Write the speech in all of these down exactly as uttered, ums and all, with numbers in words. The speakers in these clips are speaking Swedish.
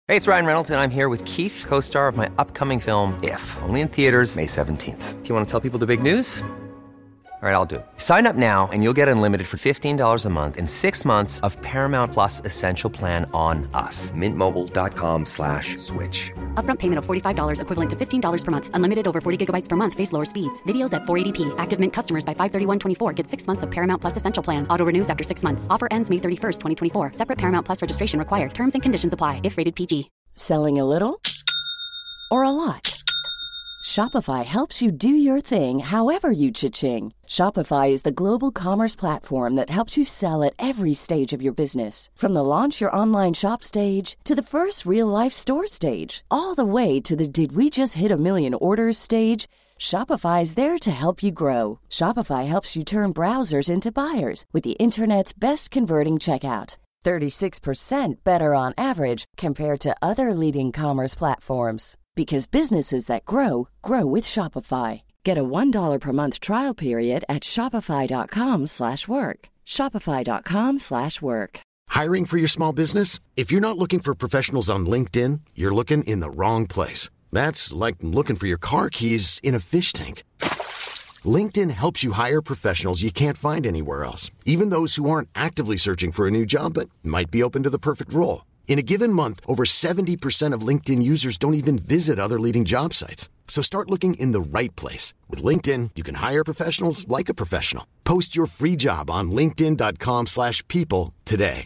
Hey, it's Ryan Reynolds, and I'm here with Keith, co-star of my upcoming film, If, only in theaters May seventeenth. Do you want to tell people the big news? All right, I'll do it. Sign up now and you'll get unlimited for fifteen dollars a month and six months of Paramount Plus Essential Plan on us. Mint Mobile dot com slash switch. Upfront payment of forty-five dollars equivalent to fifteen dollars per month. Unlimited over forty gigabytes per month. Face lower speeds. Videos at four eighty p. Active Mint customers by five thirty-one twenty-four get six months of Paramount Plus Essential Plan. Auto renews after six months. Offer ends May thirty-first, twenty twenty-four. Separate Paramount Plus registration required. Terms and conditions apply if rated P G. Selling a little or a lot? Shopify helps you do your thing however you cha-ching. Shopify is the global commerce platform that helps you sell at every stage of your business. From the launch your online shop stage to the first real-life store stage, all the way to the did we just hit a million orders stage. Shopify is there to help you grow. Shopify helps you turn browsers into buyers with the internet's best converting checkout. thirty-six percent better on average compared to other leading commerce platforms. Because businesses that grow, grow with Shopify. Get a one dollar per month trial period at shopify.com slash work. Shopify.com slash work. Hiring for your small business? If you're not looking for professionals on LinkedIn, you're looking in the wrong place. That's like looking for your car keys in a fish tank. LinkedIn helps you hire professionals you can't find anywhere else, even those who aren't actively searching for a new job but might be open to the perfect role. In a given month, over seventy percent of LinkedIn users don't even visit other leading job sites. So start looking in the right place. With LinkedIn, you can hire professionals like a professional. Post your free job on linkedin.com slash people today.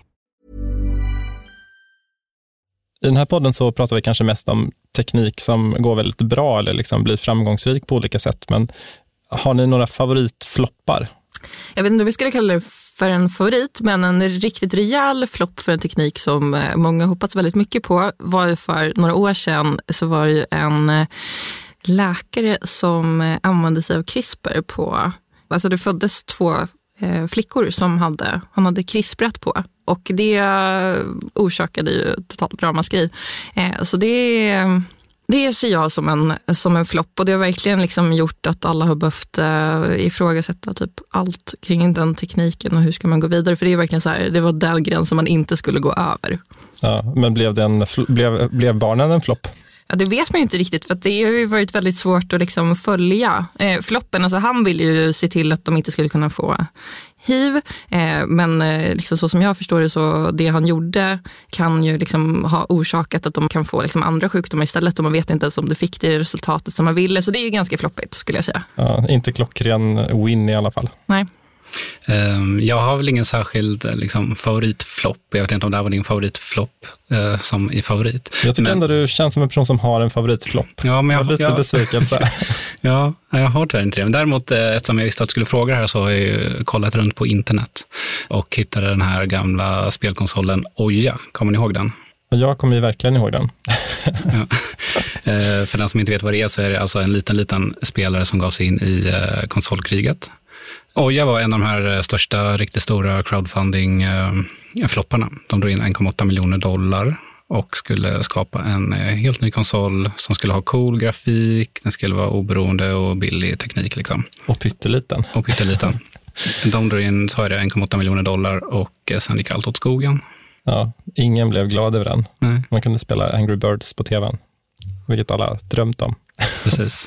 I den här podden så pratar vi kanske mest om teknik som går väldigt bra eller liksom blir framgångsrik på olika sätt. Men har ni några favoritfloppar? Jag vet inte om vi skulle kalla det för en favorit, men en riktigt rejäl flopp för en teknik som många hoppats väldigt mycket på var ju för några år sedan. Så var det ju en läkare som använde sig av CRISPR på, alltså det föddes två eh, flickor som hade, han hade CRISPRat på, och det orsakade ju totalt ramaskri. Eh, så det Det ser jag som en, som en flopp, och det har verkligen liksom gjort att alla har behövt uh, ifrågasätta typ allt kring den tekniken och hur ska man gå vidare, för det är verkligen så här, det var den gränsen man inte skulle gå över. Ja, men blev, den, blev, blev barnen en flopp? Ja, det vet man ju inte riktigt, för att det har ju varit väldigt svårt att liksom följa eh, floppen. Alltså han ville ju se till att de inte skulle kunna få H I V, eh, men eh, liksom så som jag förstår det, så det han gjorde kan ju liksom ha orsakat att de kan få liksom andra sjukdomar istället, och man vet inte ens om det fick det resultatet som man ville, så det är ju ganska floppigt skulle jag säga. Ja, inte klockren win i alla fall. Nej. Jag har väl ingen särskild liksom, favoritflopp. Jag vet inte om det här var din favoritflopp eh, som i favorit. Jag tycker men... ändå du känns som en person som har en favoritflopp. Ja, men jag har lite jag... besvikelse. Ja, jag har det inte det. Men däremot, eftersom jag visste att du skulle fråga det här, så har jag ju kollat runt på internet och hittade den här gamla spelkonsolen Oja. Kommer ni ihåg den? Jag kommer ju verkligen ihåg den. Ja. För den som inte vet vad det är, så är det alltså en liten, liten spelare som gav sig in i konsolkriget. Oja var en av de här största, riktigt stora crowdfunding-flopparna. De drog in en komma åtta miljoner dollar och skulle skapa en helt ny konsol som skulle ha cool grafik, den skulle vara oberoende och billig teknik. Liksom. Och pytteliten. Och pytteliten. De drog in, så är det en komma åtta miljoner dollar, och sen gick allt åt skogen. Ja, ingen blev glad över den. Nej. Man kunde spela Angry Birds på tvn, vilket alla drömt om. Precis.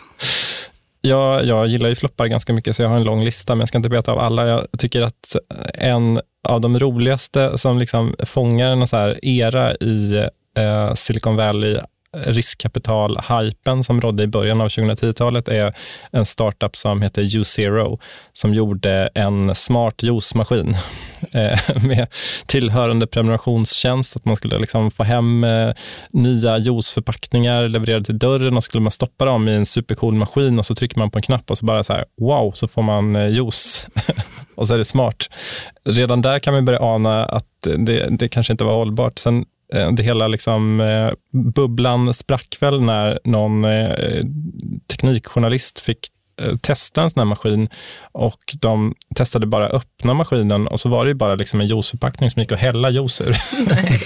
Jag, jag gillar ju floppar ganska mycket, så jag har en lång lista, men jag ska inte beta av alla. Jag tycker att en av de roligaste som liksom fångar en så här era i eh, Silicon Valley riskkapital-hypen som rådde i början av tjugohundratiotalet är en startup som heter U-Zero, som gjorde en smart juicemaskin eh, med tillhörande prenumerationstjänst, att man skulle liksom få hem eh, nya juiceförpackningar levererade till dörren, och skulle man stoppa dem i en supercool maskin och så trycker man på en knapp och så bara så här, wow, så får man eh, juice. Och så är det smart. Redan där kan man börja ana att det, det kanske inte var hållbart. Sen det hela liksom eh, bubblan sprack väl när någon eh, teknikjournalist fick eh, testa en sån här maskin, och de testade bara öppna maskinen, och så var det ju bara liksom en juiceförpackning som gick att hälla juice ur. Nej.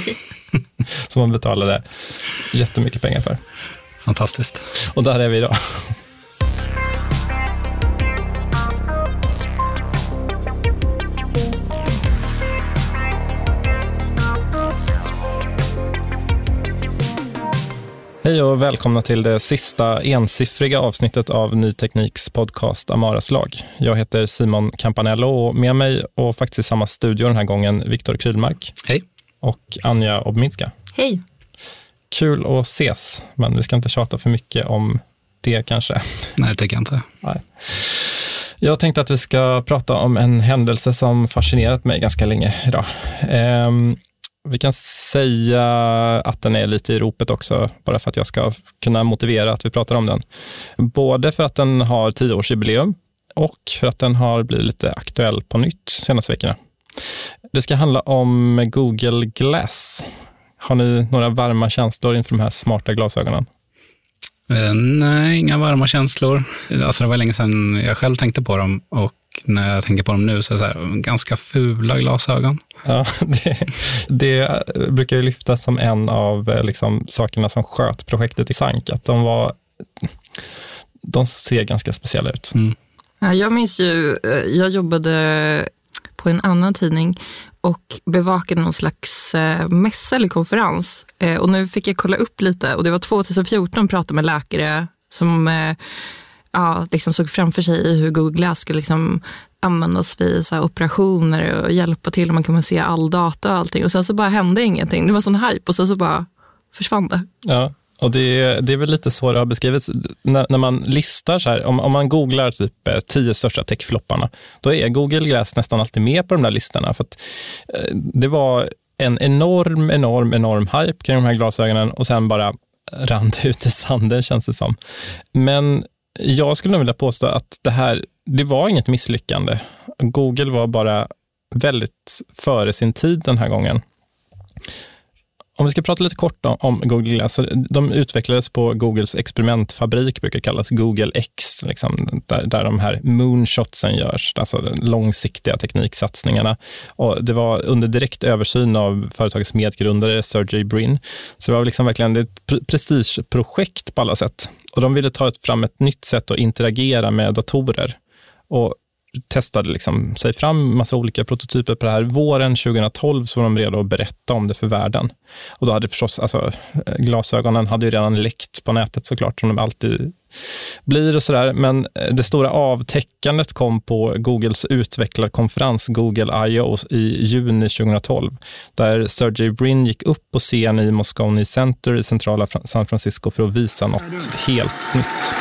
Som man betalade jättemycket pengar för. Fantastiskt. Och där är vi idag. Hej och välkomna till det sista ensiffriga avsnittet av Ny Tekniks podcast Amaras lag. Jag heter Simon Campanello och med mig och faktiskt i samma studio den här gången Viktor Krylmark. Hej. Och Anja Obminska. Hej. Kul att ses, men vi ska inte tjata för mycket om det kanske. Nej, det tycker jag inte. Nej. Jag tänkte att vi ska prata om en händelse som fascinerat mig ganska länge idag. Ehm, vi kan säga att den är lite i ropet också, bara för att jag ska kunna motivera att vi pratar om den. Både för att den har tioårsjubileum och för att den har blivit lite aktuell på nytt senaste veckorna. Det ska handla om Google Glass. Har ni några varma känslor inför de här smarta glasögonen? Uh, nej, inga varma känslor. Alltså det var länge sedan jag själv tänkte på dem, och när jag tänker på dem nu så är det så här, ganska fula glasögon. Ja, det, det brukar ju lyftas som en av liksom, sakerna som sköt projektet i sank. Att de var, de ser ganska speciella ut. Mm. Ja, jag minns ju, jag jobbade på en annan tidning och bevakade någon slags eh, mässa eller konferens. Eh, och nu fick jag kolla upp lite, och det var tjugohundrafjorton pratade med läkare som eh, ja, liksom såg framför sig hur Google Glass skulle liksom användas vid så här, operationer och hjälpa till, och man kunde se all data och allting. Och sen så bara hände ingenting. Det var sån hype och sen så bara försvann det. Ja. Och det, det är väl lite så det har beskrivits. När, när man listar så här, om, om man googlar typ tio största techflopparna, då är Google Glass nästan alltid med på de där listorna. För att eh, det var en enorm, enorm, enorm hype kring de här glasögonen, och sen bara rann det ut i sanden, känns det som. Men jag skulle nog vilja påstå att det här, det var inget misslyckande. Google var bara väldigt före sin tid den här gången. Om vi ska prata lite kort om Google Glass. De utvecklades på Googles experimentfabrik, brukar kallas Google X, liksom, där, där de här moonshotsen görs, alltså långsiktiga tekniksatsningarna. Och det var under direkt översyn av företagets medgrundare Sergey Brin. Så det var liksom verkligen ett prestigeprojekt på alla sätt. Och de ville ta fram ett nytt sätt att interagera med datorer. Och testade liksom sig fram massa olika prototyper på det här. Våren tjugohundratolv så var de redo att berätta om det för världen. Och då hade förstås, alltså, glasögonen hade ju redan läckt på nätet såklart, som de alltid blir och sådär. Men det stora avtäckandet kom på Googles utvecklarkonferens Google I O i juni tjugohundratolv. Där Sergey Brin gick upp på scen i Moscone Center i centrala San Francisco för att visa något helt nytt.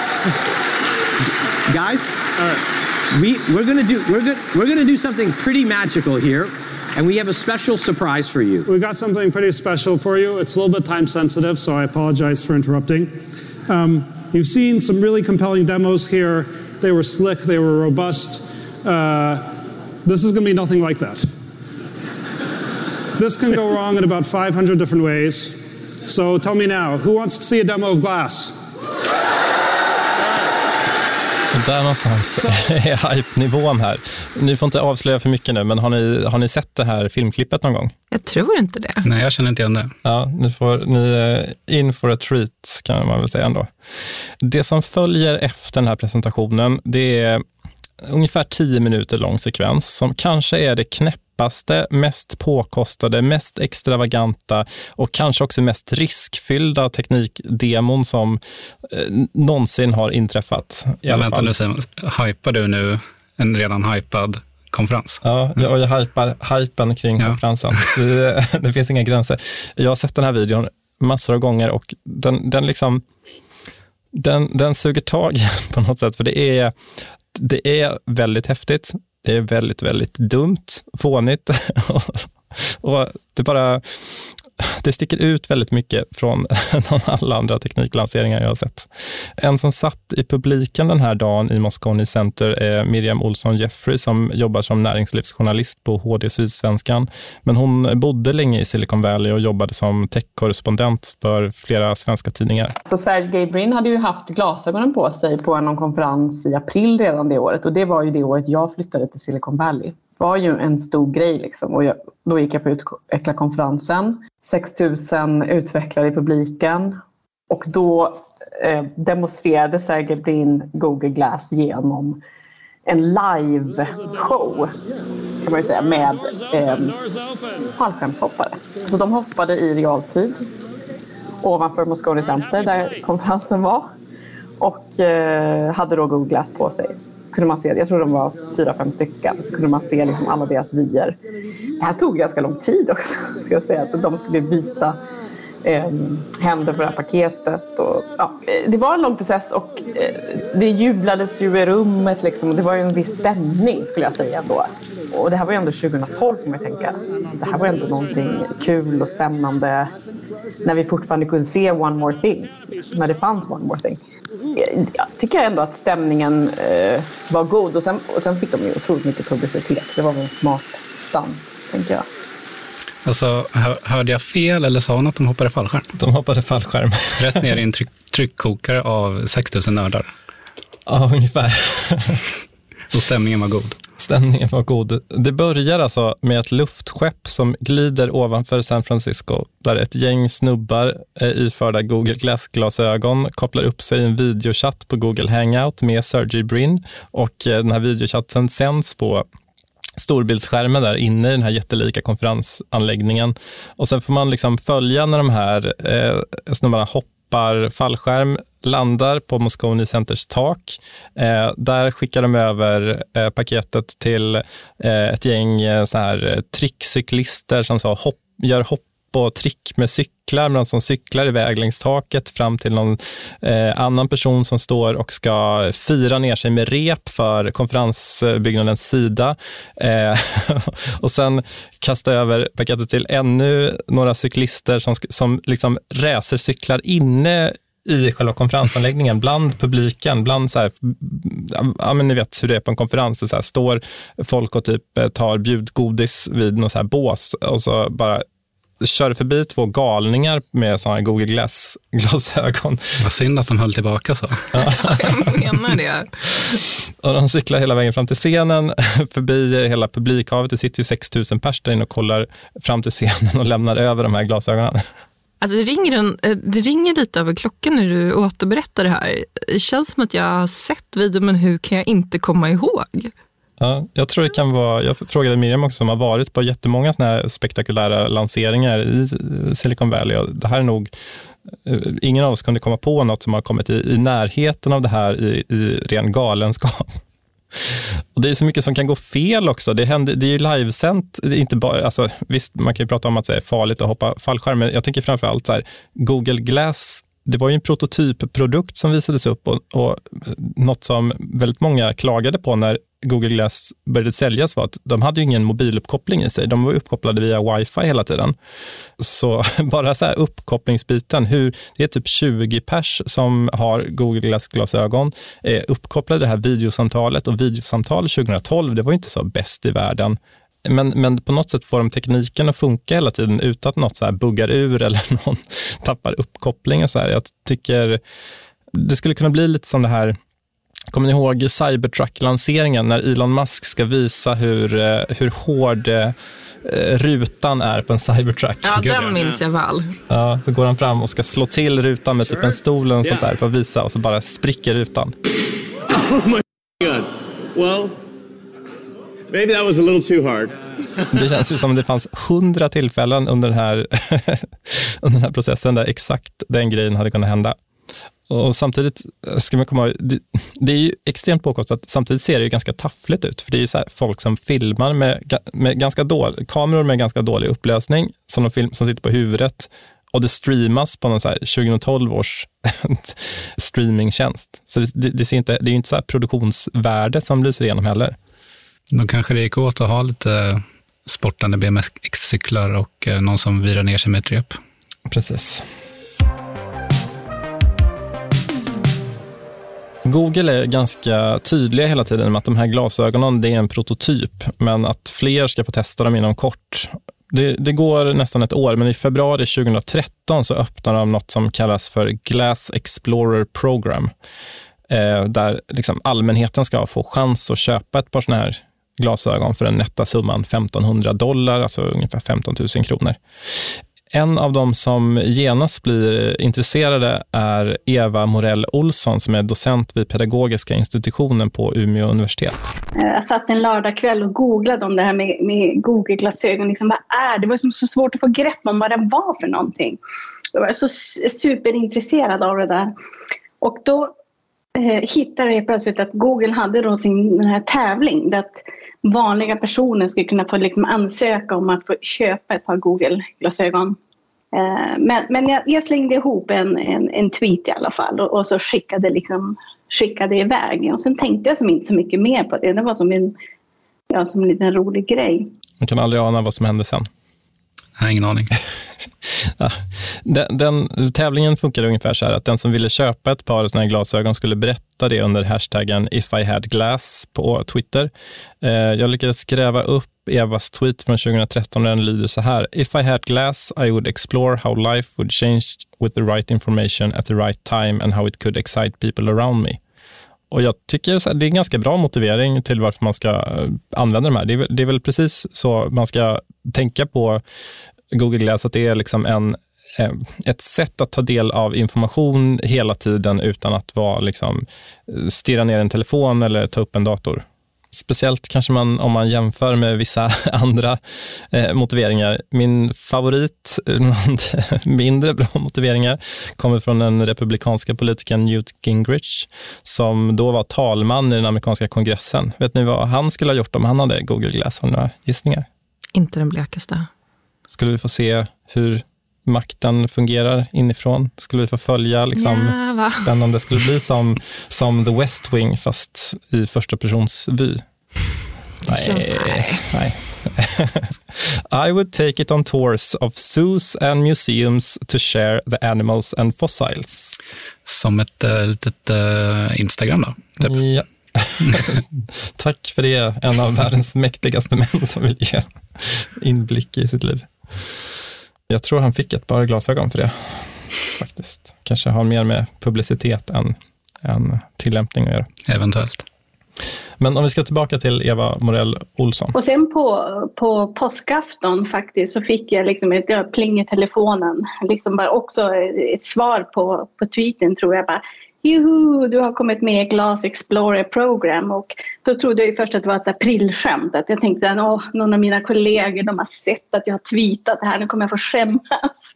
Guys, uh... We, we're gonna do we're gonna we're gonna do something pretty magical here, and we have a special surprise for you. We got something pretty special for you. It's a little bit time sensitive, so I apologize for interrupting. Um, you've seen some really compelling demos here. They were slick, they were robust. Uh, this is gonna be nothing like that. This can go wrong in about five hundred different ways. So tell me now, who wants to see a demo of Glass? Där någonstans är hype-nivån här. Ni får inte avslöja för mycket nu, men har ni, har ni sett det här filmklippet någon gång? Jag tror inte det. Nej, jag känner inte igen det. Ja, ni får ni är in for a treat, kan man väl säga ändå. Det som följer efter den här presentationen, det är ungefär tio minuter lång sekvens som kanske är det knäppaste, mest påkostade, mest extravaganta och kanske också mest riskfyllda teknikdemon som eh, någonsin har inträffat. I alla vänta fall. nu, Simon. Hypar du nu en redan hypad konferens? Ja, och jag hypar hypen kring ja. konferensen. Det, det finns inga gränser. Jag har sett den här videon massor av gånger, och den, den liksom den, den suger tag på något sätt, för det är Det är väldigt häftigt. Det är väldigt, väldigt dumt, fånigt. Och det bara det sticker ut väldigt mycket från alla andra tekniklanseringar jag har sett. En som satt i publiken den här dagen i Moscone Center är Miriam Olsson Jeffrey, som jobbar som näringslivsjournalist på H D Sydsvenskan. Men hon bodde länge i Silicon Valley och jobbade som techkorrespondent för flera svenska tidningar. Så Sergey Brin hade ju haft glasögonen på sig på någon konferens i april redan det året. Och det var ju det året jag flyttade till Silicon Valley. Det var ju en stor grej liksom. Och jag, då gick jag på utvecklarkonferensen. sex tusen utvecklare i publiken. Och då eh, demonstrerade Sergey Brin Google Glass genom en live-show, kan man ju säga, med eh, fallskärmshoppare. Så de hoppade i realtid. ovanför Moscone Center där konferensen var. Och eh, hade då Google Glass på sig. Kunde man se, jag tror de var fyra, fem stycken. Så kunde man se liksom alla deras vyer. Det här tog ganska lång tid också. Ska jag säga, att de skulle byta eh, händer på det här paketet. Och, ja, det var en lång process och eh, det jublades ju i rummet. Liksom, det var ju en viss stämning skulle jag säga ändå. Och det här var ju ändå tjugohundratolv får man tänka. Det här var ändå någonting kul och spännande. När vi fortfarande kunde se One More Thing. När det fanns One More Thing. Jag tycker ändå att stämningen eh, var god. Och sen, och sen fick de ju otroligt mycket publicitet. Det var väl en smart stand, tänker jag. Alltså, hör, hörde jag fel eller sa hon att de hoppade fallskärm? De hoppade fallskärm. Rätt ner i en tryck, tryckkokare av sex tusen nördar. Ja, ungefär. Och stämningen var god. Stämningen var god. Det börjar alltså med ett luftskepp som glider ovanför San Francisco där ett gäng snubbar iförda Google Glass-glasögon kopplar upp sig i en videochatt på Google Hangout med Sergey Brin och den här videochatten sänds på storbildsskärmen där inne i den här jättelika konferensanläggningen och sen får man liksom följa när de här eh, snubbarna hoppar fallskärm, landar på Moscone Centers tak. Eh, där skickar de över eh, paketet till eh, ett gäng eh, så här trickcyklister som så hopp, gör hopp och trick med cyklar, men som cyklar iväg längs taket fram till någon eh, annan person som står och ska fira ner sig med rep för konferensbyggnadens sida. Eh, och sen kasta över paketet till ännu några cyklister som, som liksom racercyklar inne i själva konferensanläggningen, bland publiken, bland så här, ja men ni vet hur det är på en konferens, så här, står folk och typ tar bjudgodis vid något så här bås och så bara kör förbi två galningar med sådana Google Glass-glasögon. Vad synd att de höll tillbaka så. Ja, jag menar det. Och de cyklar hela vägen fram till scenen, förbi hela publikhavet. Det sitter ju sex tusen pers där inne och kollar fram till scenen och lämnar över de här glasögonen. Alltså det, ringer en, det ringer lite över klockan när du återberättar det här. Det känns som att jag har sett videon, men hur kan jag inte komma ihåg? Ja, jag tror det kan vara, jag frågade Miriam också som har varit på jättemånga såna här spektakulära lanseringar i Silicon Valley och det här är nog, ingen av oss kunde komma på något som har kommit i, i närheten av det här i, i ren galenskap. Och det är så mycket som kan gå fel också. Det, händer, det är ju livesänt, det är inte bara, alltså, visst man kan ju prata om att det är farligt att hoppa fallskärm, men jag tänker framförallt så här, Google Glass, det var ju en prototypprodukt som visades upp och, och något som väldigt många klagade på när Google Glass började säljas var att de hade ju ingen mobiluppkoppling i sig. De var uppkopplade via wifi hela tiden. Så bara så här uppkopplingsbiten, hur det är typ tjugo pers som har Google Glass-glasögon är uppkopplade det här videosamtalet och videosamtal tjugohundratolv, det var ju inte så bäst i världen. Men, men på något sätt får de tekniken att funka hela tiden utan att något så här buggar ur eller någon tappar uppkoppling och så här. Jag tycker det skulle kunna bli lite som det här. Kommer ni ihåg Cybertruck-lanseringen när Elon Musk ska visa hur, hur hård eh, rutan är på en Cybertruck? Ja, den minns jag väl. Ja, så går han fram och ska slå till rutan med typ en stol och sånt där för att visa och så bara spricker rutan. Oh my God. Well, maybe that was a little too hard. Det känns ju som det fanns hundra tillfällen under den här, under den här processen där exakt den grejen hade kunnat hända. Och samtidigt ska man komma ihåg, det, det är ju extremt påkostat. Samtidigt ser det ju ganska taffligt ut. För det är ju så här folk som filmar med, med ganska dålig, kameror med ganska dålig upplösning som, de film, som sitter på huvudet. Och det streamas på någon så här tjugohundratolv års streamingtjänst. Så det, det, det, ser inte, det är ju inte så här produktionsvärde som lyser igenom heller. Då kanske det gick åt att ha lite sportande B M X-cyklar och någon som virar ner sig med ett rep. Precis. Google är ganska tydliga hela tiden med att de här glasögonen det är en prototyp, men att fler ska få testa dem inom kort. Det, det går nästan ett år, men i februari tjugohundratretton så öppnar de något som kallas för Glass Explorer Program. Eh, där liksom allmänheten ska få chans att köpa ett par såna här glasögon för den nätta summan femtonhundra dollar, alltså ungefär femton tusen kronor. En av dem som genast blir intresserade är Eva Morell Olsson som är docent vid pedagogiska institutionen på Umeå universitet. Jag satt en lördagkväll och googlade om det här med, med Google-glasögon. Liksom, vad är det? Det var som så svårt att få grepp om vad det var för någonting. Jag var så superintresserad av det där. Och då eh, hittade jag plötsligt att Google hade då sin den här tävling där att vanliga personer skulle kunna få liksom ansöka om att få köpa ett par Google-glasögon. Eh, men men jag, jag slängde ihop en, en, en tweet i alla fall och, och så skickade, liksom, skickade iväg. Och sen tänkte jag som inte så mycket mer på det. Det var som en, ja, som en liten rolig grej. Man kan aldrig ana vad som hände sen. Jag har ingen aning. Ja, den, den tävlingen funkar ungefär så här att den som ville köpa ett par såna här glasögon skulle berätta det under hashtaggen if I had glass på Twitter. Eh, jag lyckades gräva upp Evas tweet från tjugohundratretton och den lyder så här: If I had glass I would explore how life would change with the right information at the right time and how it could excite people around me. Och jag tycker att det är en ganska bra motivering till varför man ska använda de här. Det är, det är väl precis så man ska tänka på Google Glass, att det är liksom en, ett sätt att ta del av information hela tiden utan att vara liksom, stirra ner en telefon eller ta upp en dator. Speciellt kanske man, om man jämför med vissa andra eh, motiveringar. Min favorit, mindre bra motiveringar, kommer från den republikanska politikern Newt Gingrich som då var talman i den amerikanska kongressen. Vet ni vad han skulle ha gjort om han hade Google Glass? Har ni några gissningar? Inte den blekaste. Skulle vi få se hur makten fungerar inifrån? Skulle vi få följa liksom, ja, spännande? Skulle det bli som, som The West Wing fast i första persons vy? Nej, nej. nej. I would take it on tours of zoos and museums to share the animals and fossils. Som ett äh, litet äh, Instagram då? Typ. Ja. Tack för det, en av världens mäktigaste män som vill ge inblick i sitt liv. Jag tror han fick ett par glasögon för det, faktiskt. Kanske har mer med publicitet än, än tillämpning att göra. Eventuellt. Men om vi ska tillbaka till Eva Morell Olsson. Och sen på, på påskafton faktiskt så fick jag liksom ett jag pling i telefonen. Liksom bara också ett svar på, på tweeten tror jag bara. Juhu, du har kommit med i Glass Explorer Program. Och då trodde jag ju först att det var ett aprilskämt. Att jag tänkte att åh, någon av mina kollegor de har sett att jag har tweetat det här. Nu kommer jag få skämmas.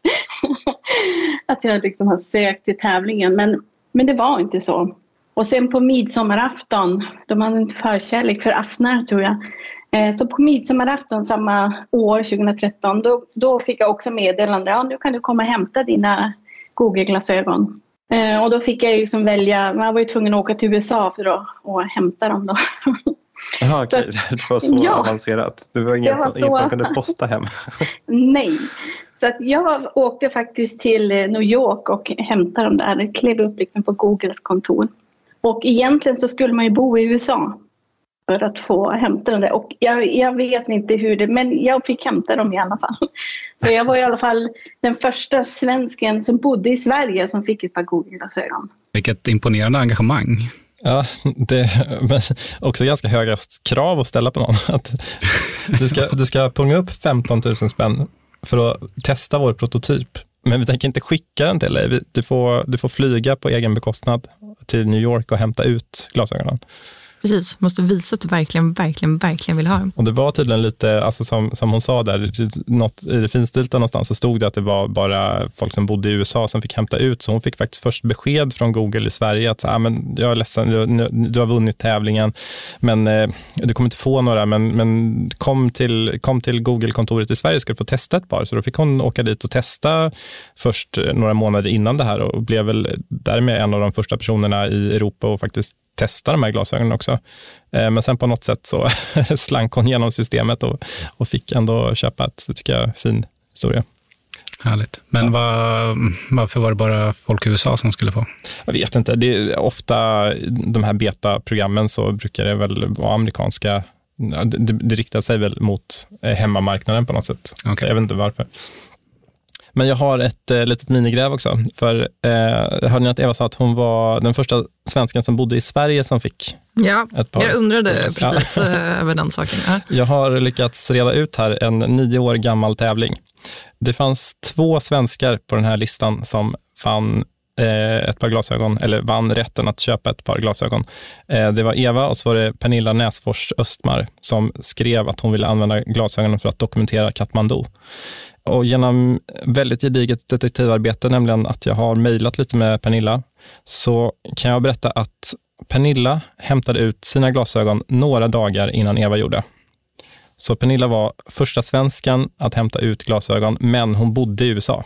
Att jag liksom har sökt till tävlingen. Men, men det var inte så. Och sen på midsommarafton, de hade en förkärlek för aftnar tror jag. Eh, så på midsommarafton samma år, tjugohundratretton, då, då fick jag också meddelande. Ja, nu kan du komma och hämta dina Google-glasögon. Eh, och då fick jag ju som välja, man var ju tvungen att åka till U S A för att och hämta dem då. Jaha, okej. Okay. Det var så ja, avancerat. Det var ingen som, så... som kunde posta hem. Nej. Så att jag åkte faktiskt till New York och hämtade dem där. Jag klev upp liksom på Googles kontor. Och egentligen så skulle man ju bo i U S A för att få hämta dem där. Och jag, jag vet inte hur det, men jag fick hämta dem i alla fall. Så jag var i alla fall den första svensken som bodde i Sverige som fick ett par Google-glasögon. Vilket imponerande engagemang. Ja, det men också ganska höga krav att ställa på någon. Att du, ska, du ska punga upp femton tusen spänn för att testa vår prototyp. Men vi tänker inte skicka den till dig. Du får, du får flyga på egen bekostnad till New York och hämta ut glasögonen. Precis, måste visa att du verkligen, verkligen, verkligen vill ha dem. Och det var tydligen lite, alltså som, som hon sa där, något, i det finstilta någonstans så stod det att det var bara folk som bodde i U S A som fick hämta ut. Så hon fick faktiskt först besked från Google i Sverige att ah, men jag är ledsen, du, du har vunnit tävlingen, men eh, du kommer inte få några, men, men kom till, kom till Google-kontoret i Sverige, ska du få testa ett par. Så då fick hon åka dit och testa först några månader innan det här och blev väl därmed en av de första personerna i Europa och faktiskt testa de här glasögonen också. Men sen på något sätt så slank hon genom systemet och, och fick ändå köpa ett, det tycker jag är fin historia. Härligt. Men ja. var, varför var det bara folk i U S A som skulle få? Jag vet inte. Det är ofta de här beta-programmen så brukar det väl vara amerikanska. Det, det riktar sig väl mot hemmamarknaden på något sätt. Okay. Jag vet inte varför. Men jag har ett eh, litet minigräv också. För eh, hörde ni att Eva sa att hon var den första svensken som bodde i Sverige som fick ja, ett par. Jag undrade precis ja. över den saken. Ja. Jag har lyckats reda ut här en nio år gammal tävling. Det fanns två svenskar på den här listan som fann eh, ett par glasögon, eller vann rätten att köpa ett par glasögon. Eh, det var Eva och så var det Pernilla Näsfors Östmar som skrev att hon ville använda glasögonen för att dokumentera Kathmandu. Och genom väldigt gediget detektivarbete, nämligen att jag har mejlat lite med Pernilla, så kan jag berätta att Pernilla hämtade ut sina glasögon några dagar innan Eva gjorde. Så Pernilla var första svenskan att hämta ut glasögon, men hon bodde i U S A.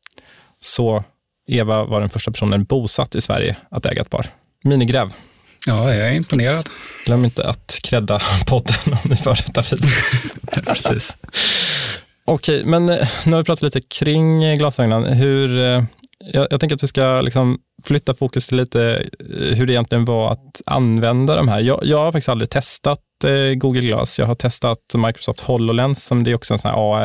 Så Eva var den första personen bosatt i Sverige att äga ett par. Minigräv. Ja, jag är imponerad. Glöm inte att credda podden om ni för detta vidare. Precis. Okej, men nu har vi pratat lite kring glasögonen. Hur, jag, jag tänker att vi ska liksom flytta fokus till lite hur det egentligen var att använda de här. Jag, jag har faktiskt aldrig testat eh, Google Glass. Jag har testat Microsoft HoloLens, som det är också en sån här A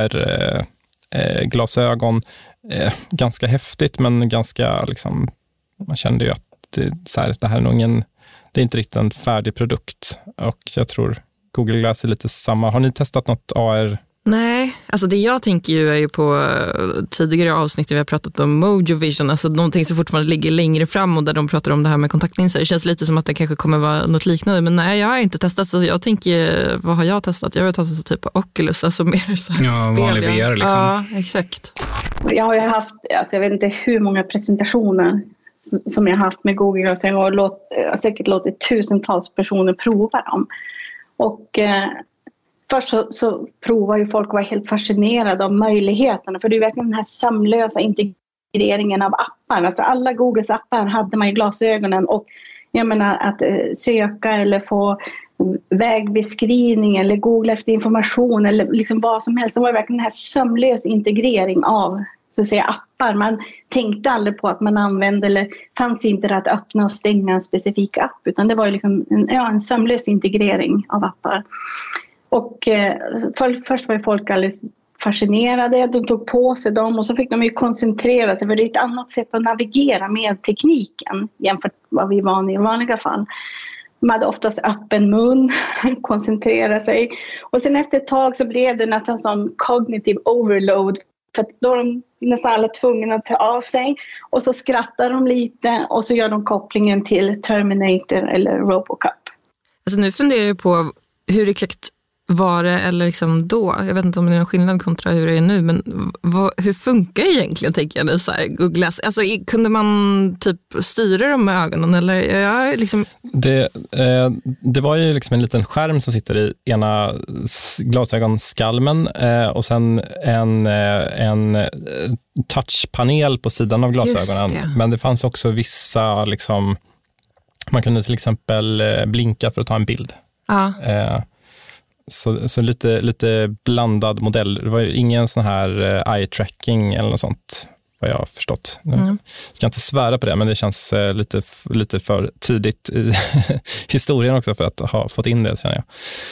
R-glasögon. Eh, eh, ganska häftigt, men ganska liksom, man kände ju att det, så här, det här är nog ingen, det är inte riktigt en färdig produkt. Och jag tror Google Glass är lite samma. Har ni testat något A R? Nej, alltså det jag tänker ju är ju på tidigare avsnitt där vi har pratat om Mojo Vision, alltså någonting som fortfarande ligger längre fram och där de pratar om det här med kontaktlinser. Det känns lite som att det kanske kommer vara något liknande, men nej, jag har inte testat, så jag tänker, vad har jag testat? Jag har testat så typ Oculus, alltså mer så här ja, spel. Vanlig V R liksom. Ja, exakt. Jag har ju haft, alltså jag vet inte hur många presentationer som jag har haft med Google och jag har, låt, jag har säkert låtit tusentals personer prova dem. Och eh, först så, så provar ju folk att vara helt fascinerade av möjligheterna. För det är verkligen den här sömlösa integreringen av appar. Alltså alla Googles appar hade man i glasögonen. Och jag menar att eh, söka eller få vägbeskrivning eller googla efter information eller liksom vad som helst. Det var verkligen den här sömlös integrering av så att säga appar. Man tänkte aldrig på att man använde, eller fanns inte det att öppna och stänga en specifik app. Utan det var ju liksom en, ja, en sömlös integrering av appar. Och eh, för, först var ju folk alldeles fascinerade, de tog på sig dem och så fick de ju koncentrera sig, för det är ett annat sätt att navigera med tekniken jämfört med vad vi var i vanliga fall. De hade oftast öppen mun, koncentrera sig, och sen efter ett tag så blev det nästan som cognitive overload, för att då är de nästan alla tvungna att ta av sig och så skrattar de lite och så gör de kopplingen till Terminator eller Robocop. Alltså nu funderar jag på hur exakt var det eller liksom då? Jag vet inte om det är någon skillnad kontra hur det är nu, men vad, hur funkar det egentligen, tänker jag nu så här, Google Glass? Alltså kunde man typ styra dem med ögonen eller ja, liksom... Det, eh, det var ju liksom en liten skärm som sitter i ena glasögonskalmen eh, och sen en, eh, en touchpanel på sidan av glasögonen. Det. Men det fanns också vissa liksom, man kunde till exempel blinka för att ta en bild. Ja. Eh, Så, så lite, lite blandad modell. Det var ju ingen sån här uh, eye tracking eller något sånt, vad jag har förstått. Nu mm. ska inte svära på det, men det känns uh, lite, lite för tidigt i historien också för att ha fått in det, känner jag.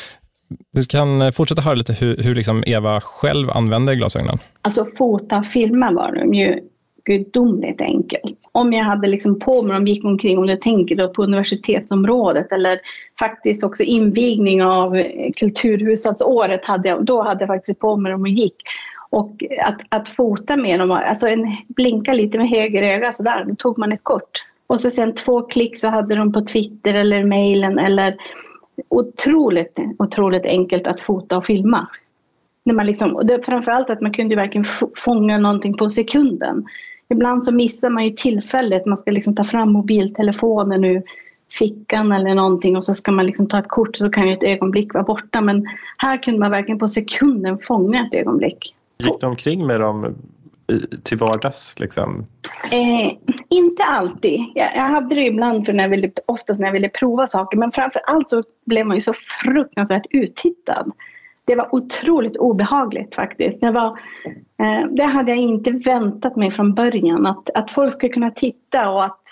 Vi kan fortsätta höra lite hur, hur liksom Eva själv använder glasögonen. Alltså fota och filma var de ju gudomligt enkelt. Om jag hade liksom på mig, de gick omkring, om du tänker då på universitetsområdet eller faktiskt också invigning av kulturhuvudstadsåret hade jag, då hade jag faktiskt på mig dem och gick. Och att, att fota med dem, alltså en, blinka lite med höger öga så där, då tog man ett kort. Och så sen två klick så hade de på Twitter eller mailen eller otroligt, otroligt enkelt att fota och filma. När man liksom, och det, framförallt att man kunde verkligen fånga någonting på sekunden. Ibland så missar man ju tillfället. Man ska liksom ta fram mobiltelefonen ur fickan eller någonting och så ska man liksom ta ett kort, så kan ju ett ögonblick vara borta. Men här kunde man verkligen på sekunden fånga ett ögonblick. Gick de omkring med dem till vardags liksom? Eh, inte alltid. Jag, jag hade det ibland för när jag ville, oftast när jag ville prova saker. Men framförallt så blev man ju så fruktansvärt uttittad. Det var otroligt obehagligt faktiskt. Det, var, eh, det hade jag inte väntat mig från början. Att, att folk skulle kunna titta och att,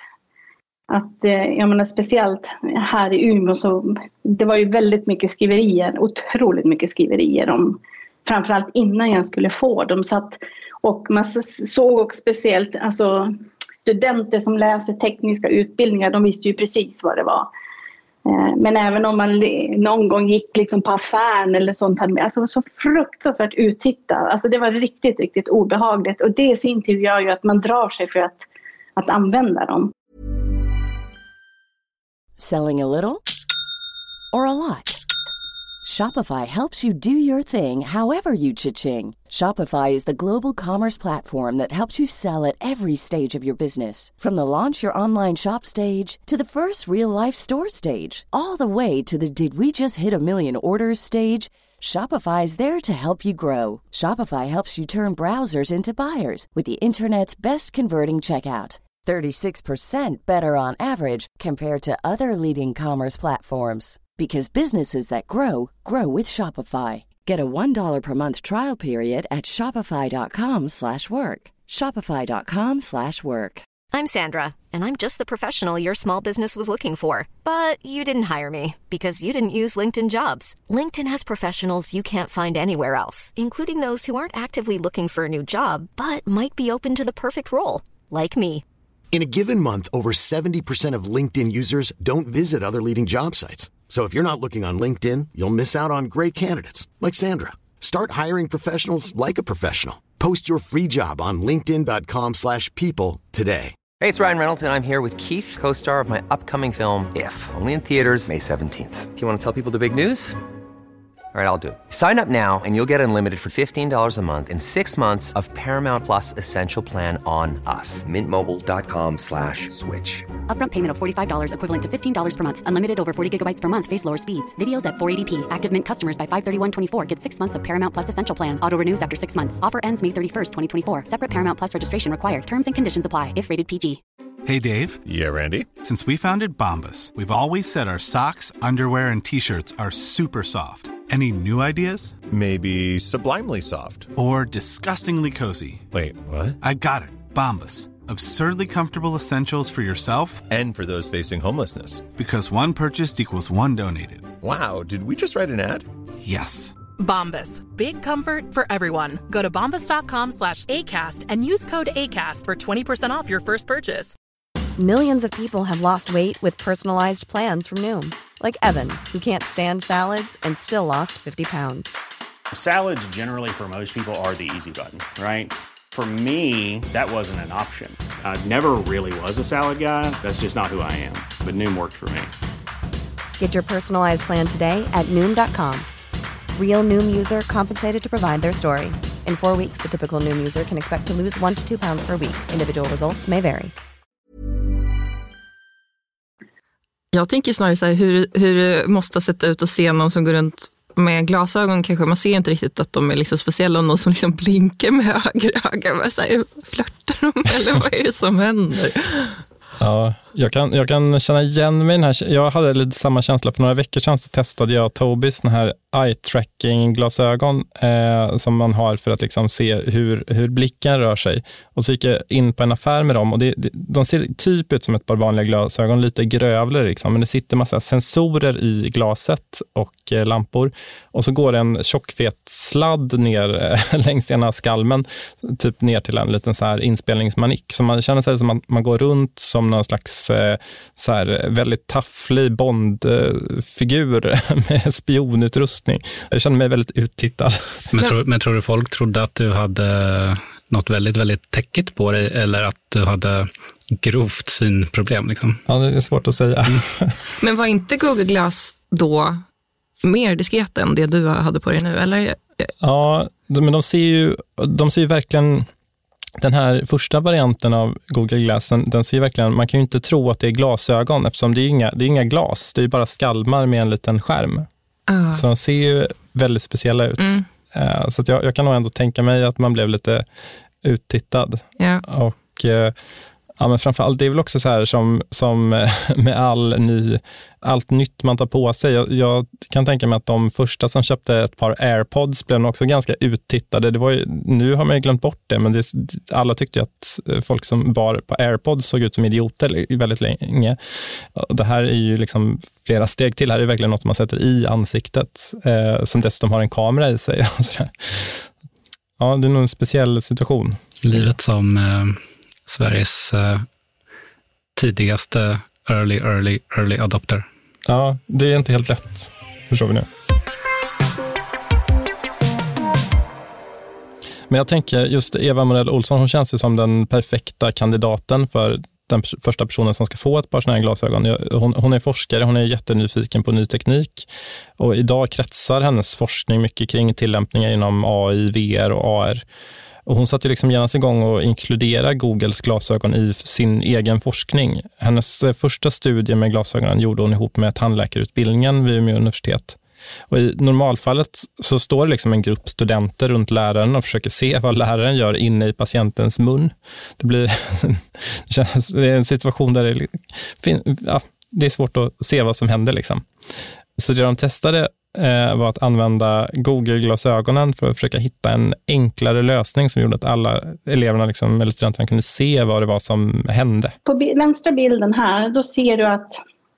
att eh, jag menar speciellt här i Umeå så det var ju väldigt mycket skriverier. Otroligt mycket skriverier om, framförallt innan jag skulle få dem. Så att, och man såg också speciellt alltså, studenter som läser tekniska utbildningar, de visste ju precis vad det var. Men även om man någon gång gick liksom på affären eller sånt, alltså så fruktansvärt uttittad. Alltså det var riktigt, riktigt obehagligt. Och det i sin tur gör ju att man drar sig för att, att använda dem. Selling a little or a lot? Shopify helps you do your thing however you cha-ching. Shopify is the global commerce platform that helps you sell at every stage of your business. From the launch your online shop stage to the first real-life store stage, all the way to the did we just hit a million orders stage. Shopify is there to help you grow. Shopify helps you turn browsers into buyers with the internet's best converting checkout. thirty-six percent better on average compared to other leading commerce platforms. Because businesses that grow, grow with Shopify. Get a one dollar per month trial period at shopify.com slash work. Shopify.com slash work. I'm Sandra, and I'm just the professional your small business was looking for. But you didn't hire me because you didn't use LinkedIn Jobs. LinkedIn has professionals you can't find anywhere else, including those who aren't actively looking for a new job, but might be open to the perfect role, like me. In a given month, over seventy percent of LinkedIn users don't visit other leading job sites. So if you're not looking on LinkedIn, you'll miss out on great candidates like Sandra. Start hiring professionals like a professional. Post your free job on linkedin.com slash people today. Hey, it's Ryan Reynolds, and I'm here with Keith, co-star of my upcoming film, If, only in theaters May seventeenth. Do you want to tell people the big news? All right, I'll do it. Sign up now and you'll get unlimited for fifteen dollars a month and six months of Paramount Plus Essential Plan on us. Mint Mobile dot com slash switch. Upfront payment of forty-five dollars equivalent to fifteen dollars per month. Unlimited over forty gigabytes per month. Face lower speeds. Videos at four eighty p. Active Mint customers by five thirty-one twenty-four get six months of Paramount Plus Essential Plan. Auto renews after six months. Offer ends May thirty-first, twenty twenty-four. Separate Paramount Plus registration required. Terms and conditions apply if rated P G. Hey, Dave. Yeah, Randy. Since we founded Bombas, we've always said our socks, underwear, and T-shirts are super soft. Any new ideas? Maybe sublimely soft. Or disgustingly cozy. Wait, what? I got it. Bombas. Absurdly comfortable essentials for yourself and for those facing homelessness. Because one purchased equals one donated. Wow, did we just write an ad? Yes. Bombas. Big comfort for everyone. Go to bombas.com slash ACAST and use code ACAST for twenty percent off your first purchase. Millions of people have lost weight with personalized plans from Noom. Like Evan, who can't stand salads and still lost fifty pounds. Salads generally for most people are the easy button, right? For me, that wasn't an option. I never really was a salad guy. That's just not who I am. But Noom worked for me. Get your personalized plan today at Noom dot com. Real Noom user compensated to provide their story. In four weeks, the typical Noom user can expect to lose one to two pounds per week. Individual results may vary. Jag tänker snarare så här, hur, hur det måste sett ut att se någon som går runt med glasögon. Kanske man ser inte riktigt att de är liksom speciella, och någon som liksom blinkar med höger öga. Så här, flörtar de eller vad är det som händer? Ja, jag kan, jag kan känna igen mig den här. Jag hade lite samma känsla för några veckor sedan, så testade jag Tobis den här eye-tracking-glasögon eh, som man har för att liksom se hur, hur blicken rör sig. Och så gick jag in på en affär med dem, och det, det, de ser typ ut som ett par vanliga glasögon, lite grövre liksom, men det sitter massa sensorer i glaset och eh, lampor. Och så går en tjockfet sladd ner eh, längs ena skalmen, typ ner till en liten så här inspelningsmanik. Så man känner sig som att man går runt som någon slags eh, så här väldigt tafflig Bond-figur med spionutrustning. Jag känner mig väldigt uttittad. Men, tror, men tror du folk trodde att du hade något väldigt, väldigt täckigt på dig, eller att du hade grovt synproblem? Liksom? Ja, det är svårt att säga. Mm. Men var inte Google Glass då mer diskret än det du hade på dig nu, eller? Ja, men de ser ju, de ser ju verkligen... Den här första varianten av Google Glass, den, den ser ju verkligen, man kan ju inte tro att det är glasögon, eftersom det är inga, det är inga glas, det är ju bara skalmar med en liten skärm. Uh. Så de ser ju väldigt speciella ut. Mm. Uh, så att jag, jag kan nog ändå tänka mig att man blev lite uttittad. Yeah. Och uh, ja, men framförallt, det är väl också så här som, som med all ny, allt nytt man tar på sig. Jag, jag kan tänka mig att de första som köpte ett par AirPods blev också ganska uttittade. Det var ju, nu har man ju glömt bort det, men det, alla tyckte att folk som bar på AirPods såg ut som idioter väldigt länge. Det här är ju liksom flera steg till. Det här är verkligen något man sätter i ansiktet, eh, som dessutom har en kamera i sig. Ja, det är nog en speciell situation. Livet som... Eh... Sveriges uh, tidigaste early, early, early adopter. Ja, det är inte helt lätt, förstår vi nu. Men jag tänker just Eva Morell Olsson, hon känns ju som den perfekta kandidaten för den första personen som ska få ett par såna här glasögon. Hon, hon är forskare, hon är jättenyfiken på ny teknik och idag kretsar hennes forskning mycket kring tillämpningar inom A I, V R och A R. Och hon satt ju liksom genast igång och inkludera Googles glasögon i sin egen forskning. Hennes första studie med glasögonen gjorde hon ihop med tandläkarutbildningen vid Umeå universitet. Och i normalfallet så står det liksom en grupp studenter runt läraren och försöker se vad läraren gör inne i patientens mun. Det blir det är en situation där det, ja, det är svårt att se vad som händer liksom. Så det de testade eh, var att använda Google-glasögonen för att försöka hitta en enklare lösning som gjorde att alla eleverna liksom, eller studenterna kunde se vad det var som hände. På vänstra bilden här, då ser du att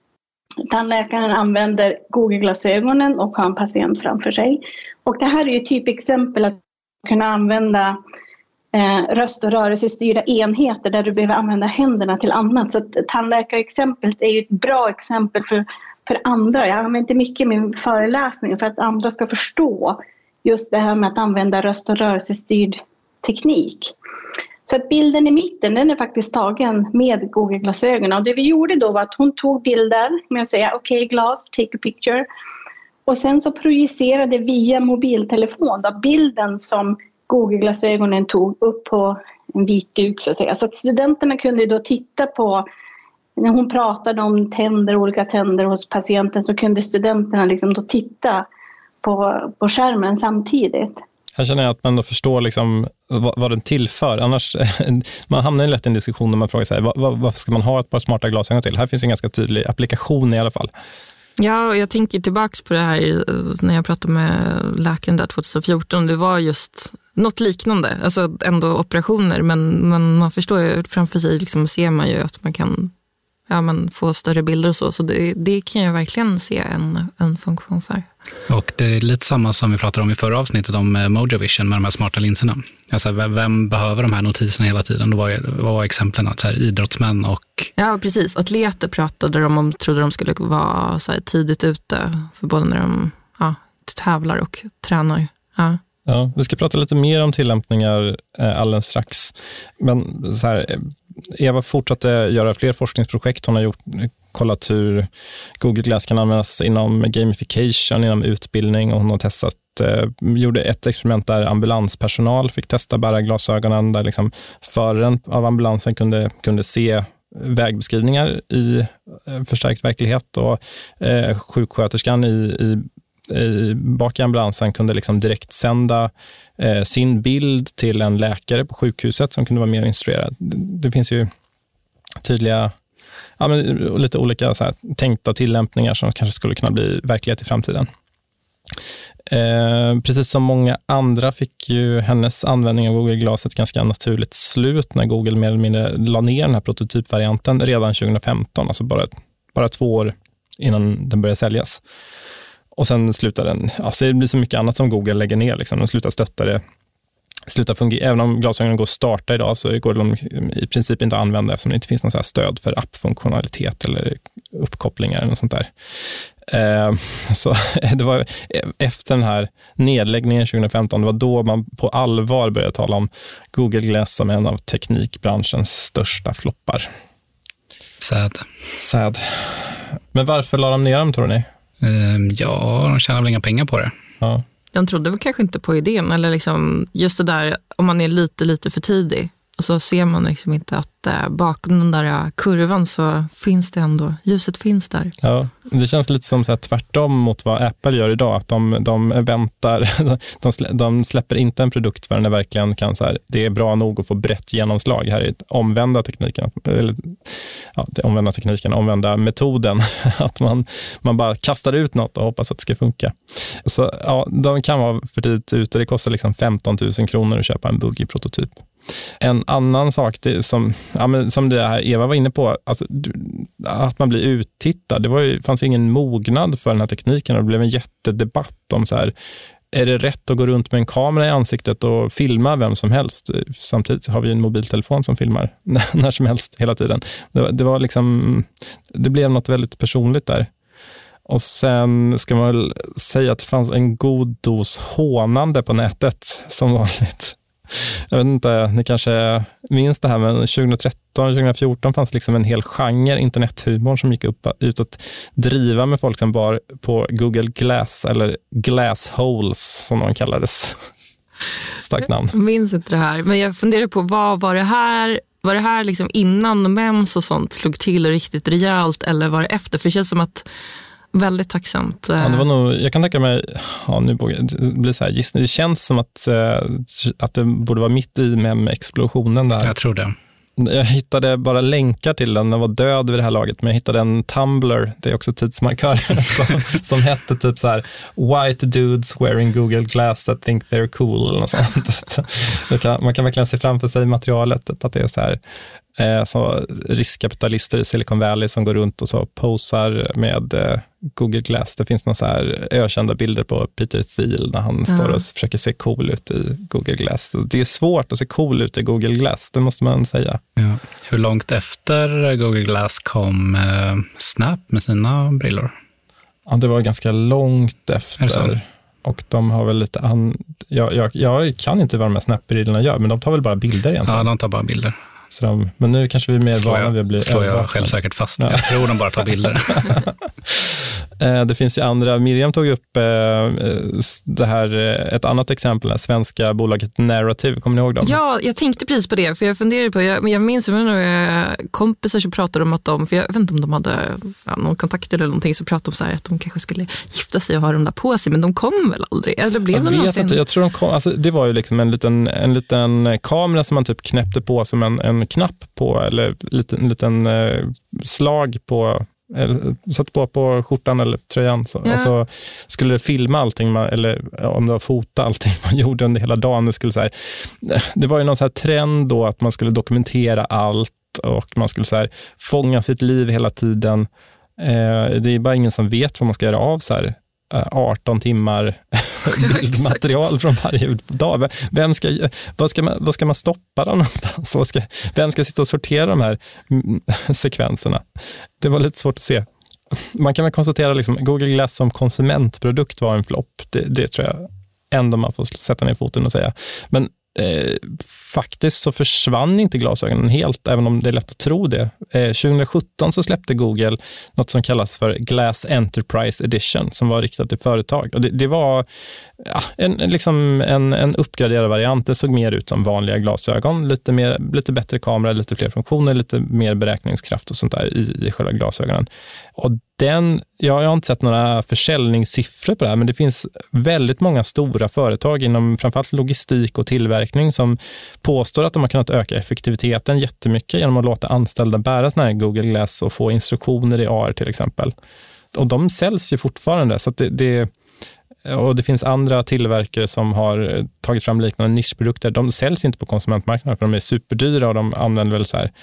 tandläkaren använder Google-glasögonen och har en patient framför sig. Och det här är ju typexempel att kunna använda eh, röst- och rörelsestyrda enheter där du behöver använda händerna till annat. Så att tandläkarexemplet är ju ett bra exempel för, för andra. Jag använder inte mycket i min föreläsning för att andra ska förstå just det här med att använda röst- och rörelsestyrd teknik. Så att bilden i mitten, den är faktiskt tagen med Google-glasögonen. Och det vi gjorde då var att hon tog bilder med att säga okej, okay, glas, take a picture. Och sen så projicerade via mobiltelefon då bilden som Google-glasögonen tog upp på en vit duk så att säga. Så att studenterna kunde då titta på, när hon pratade om tänder, olika tänder hos patienten, så kunde studenterna liksom då titta på, på skärmen samtidigt. Här känner jag att man då förstår liksom vad, vad den tillför. Annars man hamnar i lätt en diskussion när man frågar sig vad, vad, vad ska man ha ett par smarta glasögon till? Här finns en ganska tydlig applikation i alla fall. Ja, och jag tänker tillbaka på det här när jag pratade med läkaren där tjugohundrafjorton. Det var just något liknande, alltså ändå operationer, men, men man förstår ju framför sig liksom, ser man ju att man kan ja, men få större bilder och så. Så det, det kan jag verkligen se en, en funktion för. Och det är lite samma som vi pratade om i förra avsnittet om Mojo Vision med de här smarta linserna. Alltså vem behöver de här notiserna hela tiden? Då var, var exemplen att så här, idrottsmän och... Ja, precis. Atleter pratade de om, trodde de skulle vara så här, tidigt ute för både när de ja, tävlar och tränar. Ja. Ja, vi ska prata lite mer om tillämpningar eh, alldeles strax. Men så här, Eva fortsatte göra fler forskningsprojekt. Hon har gjort, kollat hur Google Glass kan användas inom gamification, inom utbildning, och hon har testat, eh, gjorde ett experiment där ambulanspersonal fick testa bära glasögonen, där liksom föraren av ambulansen kunde, kunde se vägbeskrivningar i eh, förstärkt verklighet, och eh, sjuksköterskan i, i I, bak i ambulansen kunde liksom direkt sända eh, sin bild till en läkare på sjukhuset som kunde vara mer instruerad. Det, det finns ju tydliga, ja, men, lite olika så här, tänkta tillämpningar som kanske skulle kunna bli verklighet i framtiden. Eh, precis som många andra fick ju hennes användning av Google Glass ett ganska naturligt slut när Google mer eller mindre la ner den här prototypvarianten redan tjugohundrafemton, alltså bara, bara två år innan den började säljas. Och sen slutar den, alltså det blir så mycket annat som Google lägger ner, liksom. De slutar stötta det, slutar fungera. Även om glasögonen går att starta idag så går de i princip inte att använda eftersom det inte finns någon så här stöd för appfunktionalitet eller uppkopplingar eller något sånt där. Eh, så det var efter den här nedläggningen tjugohundrafemton, det var då man på allvar började tala om Google Glass som en av teknikbranschens största floppar. Sad. Sad. Men varför la de ner dem, tror ni? Ja, de tjänar väl inga pengar på det. Ja. De trodde väl kanske inte på idén, eller liksom just det där, om man är lite, lite för tidig och så ser man liksom inte att äh, bakom den där kurvan så finns det ändå, ljuset finns där. Ja, det känns lite som så här tvärtom mot vad Apple gör idag, att de, de väntar, de, slä, de släpper inte en produkt förrän det verkligen kan så här, det är bra nog att få brett genomslag. Här är omvända tekniken, eller, ja, det omvända tekniken, omvända metoden, att man, man bara kastar ut något och hoppas att det ska funka. Så ja, de kan vara för tidigt ute, det kostar liksom femton tusen kronor att köpa en buggig prototyp. En annan sak det, som, ja, men, som det här Eva var inne på, alltså, att man blir uttittad, det var ju, fanns ju ingen mognad för den här tekniken, och det blev en jättedebatt om så här, är det rätt att gå runt med en kamera i ansiktet och filma vem som helst? Samtidigt har vi en mobiltelefon som filmar när som helst hela tiden. Det, det var liksom, det blev något väldigt personligt där. Och sen ska man väl säga att det fanns en god dos hånande på nätet som vanligt. Jag vet inte, ni kanske minns det här, men tjugohundratretton tjugohundrafjorton fanns liksom en hel genre internethumor som gick upp, ut att driva med folk som var på Google Glass eller Glassholes som de kallades. Starkt namn. Jag minns inte det här, men jag funderar på vad var det här var det här liksom innan mens och sånt slog till riktigt rejält eller var det efter? För det känns som att väldigt tacksamt. Ja, det var nog, jag kan tänka mig, ja, nu blir så här gissning. Det känns som att, att det borde vara mitt i mem-explosionen där. Jag tror det. Jag hittade bara länkar till den, den var död vid det här laget, men jag hittade en Tumblr, det är också tidsmarkör, som, som hette typ så här White dudes wearing Google Glass that think they're cool eller något sånt. Kan, man kan verkligen se framför sig materialet att det är så här eh, så riskkapitalister i Silicon Valley som går runt och så posar med eh, Google Glass. Det finns några så här ökända bilder på Peter Thiel när han mm. står och försöker se cool ut i Google Glass. Det är svårt att se cool ut i Google Glass, det måste man säga. Ja. Hur långt efter Google Glass kom eh, Snap med sina brillor? Ja, det var ganska långt efter. Och de har väl lite an... jag, jag, jag kan inte vad de här Snap-brillorna gör, men de tar väl bara bilder egentligen. Ja, de tar bara bilder. Så de, men nu kanske vi är mer slår vana vid att bli slår jag själv säkert fast. Ja. Jag tror de bara tar bilder. Det finns ju andra. Miriam tog upp det här, ett annat exempel, det svenska bolaget Narrative. Kommer ni ihåg dem? Ja, jag tänkte precis på det. För jag funderade på, jag, jag minns att några kompisar som pratade om att de, för jag vet inte om de hade ja, någon kontakt eller någonting, så pratade de så här att de kanske skulle gifta sig och ha dem där på sig. Men de kom väl aldrig? Eller blev jag de vet någonsin? inte, jag tror de kom, alltså det var ju liksom en liten, en liten kamera som man typ knäppte på som en, en knapp på, eller lite, en liten eh, slag på, eller satt på på skjortan eller tröjan så, ja. Och så skulle det filma allting man, eller om det var fota allting man gjorde under hela dagen. Det, skulle så här, det var ju någon så här trend då att man skulle dokumentera allt och man skulle så här fånga sitt liv hela tiden. Eh, det är bara ingen som vet vad man ska göra av så här arton timmar bildmaterial från varje dag. Vem ska, vad, ska man, vad ska man stoppa dem någonstans? Vad ska, vem ska sitta och sortera de här sekvenserna? Det var lite svårt att se. Man kan väl konstatera liksom, Google Glass som konsumentprodukt var en flopp. Det, det tror jag ändå man får sätta ner foten och säga. Men Eh, faktiskt så försvann inte glasögonen helt, även om det är lätt att tro det. Eh, tjugohundrasjutton så släppte Google något som kallas för Glass Enterprise Edition som var riktat till företag. Och det, det var ja, en, liksom en, en uppgraderad variant. Det såg mer ut som vanliga glasögon. Lite, mer, lite bättre kamera, lite fler funktioner, lite mer beräkningskraft och sånt där i, i själva glasögonen. Och den, ja, jag har inte sett några försäljningssiffror på det här, men det finns väldigt många stora företag inom framförallt logistik och tillverkning som påstår att de har kunnat öka effektiviteten jättemycket genom att låta anställda bära såna här Google Glass och få instruktioner i A R till exempel. Och de säljs ju fortfarande, så att det, det och det finns andra tillverkare som har tagit fram liknande nischprodukter. De säljs inte på konsumentmarknaden för de är superdyra och de använder väl så här,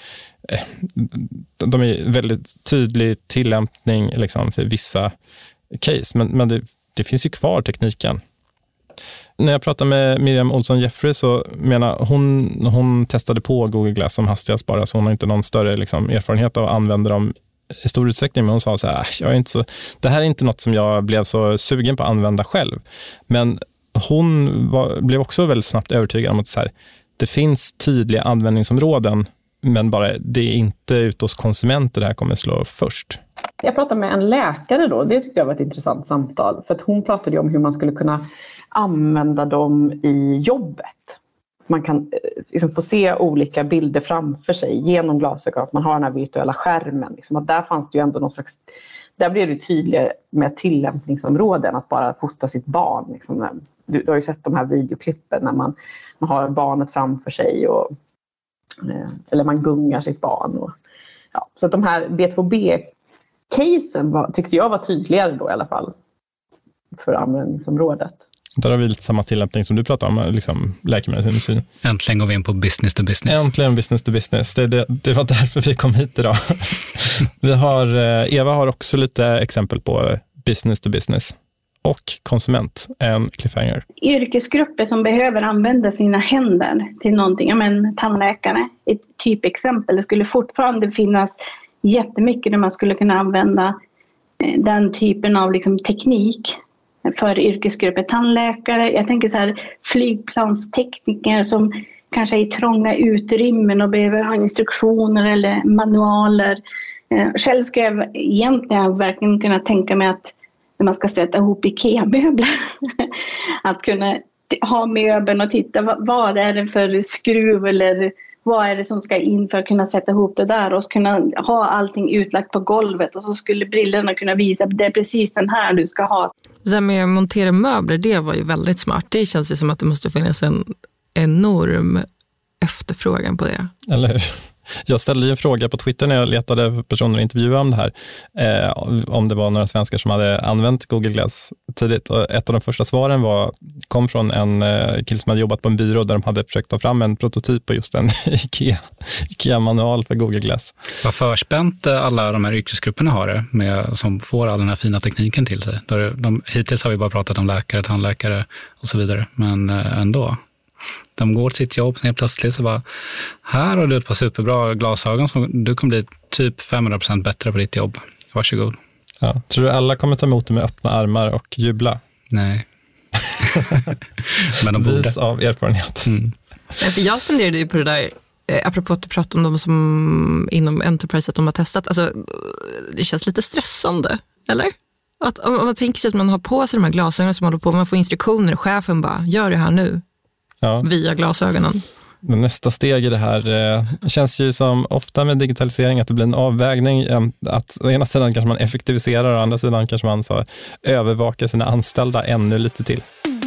de är väldigt tydlig tillämpning liksom för vissa case. Men, men det, det finns ju kvar tekniken. När jag pratade med Miriam Olsson Jeffrey så menar hon, hon testade på Google Glass som hastigast bara, så hon har inte någon större liksom, erfarenhet av att använda dem i stor utsträckning, men hon sa så här, jag är inte så, det här är inte något som jag blev så sugen på att använda själv. Men hon var, blev också väldigt snabbt övertygad om att så här, det finns tydliga användningsområden, men bara det är inte ute hos konsumenter det här kommer slå först. Jag pratade med en läkare då, det tyckte jag var ett intressant samtal, för att hon pratade ju om hur man skulle kunna använda dem i jobbet. Man kan liksom få se olika bilder framför sig genom glasögon, att man har den här virtuella skärmen. Liksom, att där fanns det ju ändå någon slags, där blev det tydligare med tillämpningsområden, att bara fota sitt barn. Liksom. Du, du har ju sett de här videoklippen när man, man har barnet framför sig och, eller man gungar sitt barn. Och, ja. Så att de här B två B-casen var, tyckte jag var tydligare då i alla fall för användningsområdet. Där har vi lite samma tillämpning som du pratar om, liksom läkemedelsindustrin. Äntligen går vi in på business to business. Äntligen business to business. Det, det, det var därför vi kom hit idag. vi har, Eva har också lite exempel på business to business och konsument, en cliffhanger. Yrkesgrupper som behöver använda sina händer till någonting, ja men tandläkare, ett typexempel. Det skulle fortfarande finnas jättemycket där man skulle kunna använda den typen av liksom teknik för yrkesgrupper. Tandläkare, jag tänker så här flygplanstekniker som kanske är i trånga utrymmen och behöver ha instruktioner eller manualer. Själv ska jag egentligen verkligen kunna tänka mig att när man ska sätta ihop IKEA-möbler att kunna ha möbeln och titta vad är det för skruv eller vad är det som ska in för att kunna sätta ihop det där och kunna ha allting utlagt på golvet och så skulle brillorna kunna visa att det är precis den här du ska ha. Det där med att montera möbler, det var ju väldigt smart. Det känns ju som att det måste finnas en enorm efterfrågan på det. Eller hur? Jag ställde ju en fråga på Twitter när jag letade personer att intervjua om det här. Eh, om det var några svenskar som hade använt Google Glass tidigt. Och ett av de första svaren var, kom från en eh, kille som hade jobbat på en byrå där de hade försökt ta fram en prototyp på just en IKEA, IKEA-manual för Google Glass. Vad förspänt alla de här yrkesgrupperna har det med, som får all den här fina tekniken till sig. De, de, hittills har vi bara pratat om läkare, tandläkare och så vidare. Men eh, ändå. De går till sitt jobb och helt plötsligt så bara, här har du ett par superbra glasögon som du kommer bli typ femhundra procent bättre på ditt jobb. Varsågod. Ja. Tror du alla kommer ta emot det med öppna armar och jubla? Nej. Men de borde. Vis av erfarenhet. Mm. Nej, för jag funderade ju på det där, eh, apropå att du pratade om de som inom Enterprise att de har testat. Alltså, det känns lite stressande, eller? Att, om man tänker sig att man har på sig de här glasögonen som man håller på, man får instruktioner, chefen bara, gör det här nu. Ja. Via glasögonen. Men nästa steg i det här eh, känns ju som ofta med digitalisering att det blir en avvägning. Eh, att å ena sidan kanske man effektiviserar och å andra sidan kanske man så övervakar sina anställda ännu lite till.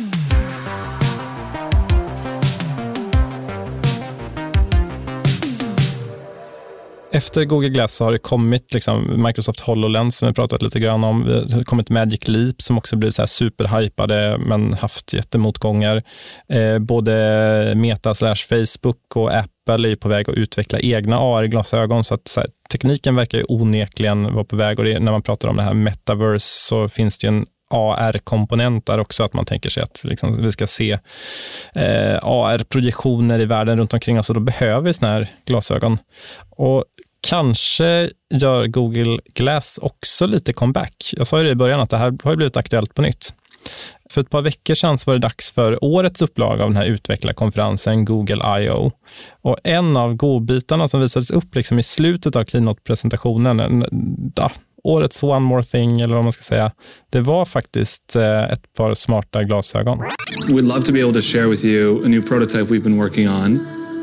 Efter Google Glass så har det kommit liksom Microsoft HoloLens som vi pratat lite grann om. Det har kommit Magic Leap som också blivit så här superhypade men haft jättemotgångar. Eh, både Meta slash Facebook och Apple är på väg att utveckla egna A R-glasögon så att så här, tekniken verkar ju onekligen vara på väg och det, när man pratar om det här metaverse så finns det ju en A R-komponent där också, att man tänker sig att liksom, vi ska se eh, A R-projektioner i världen runt omkring oss och då behöver vi såna här glasögon. Och kanske gör Google Glass också lite comeback. Jag sa ju det i början att det här har blivit aktuellt på nytt. För ett par veckor sedan så var det dags för årets upplaga av den här utvecklarkonferensen Google I O. Och en av godbitarna som visades upp liksom i slutet av keynote-presentationen, ja, årets One More Thing eller vad man ska säga, det var faktiskt ett par smarta glasögon. We'd love to be able to share with you a new prototype we've been working on.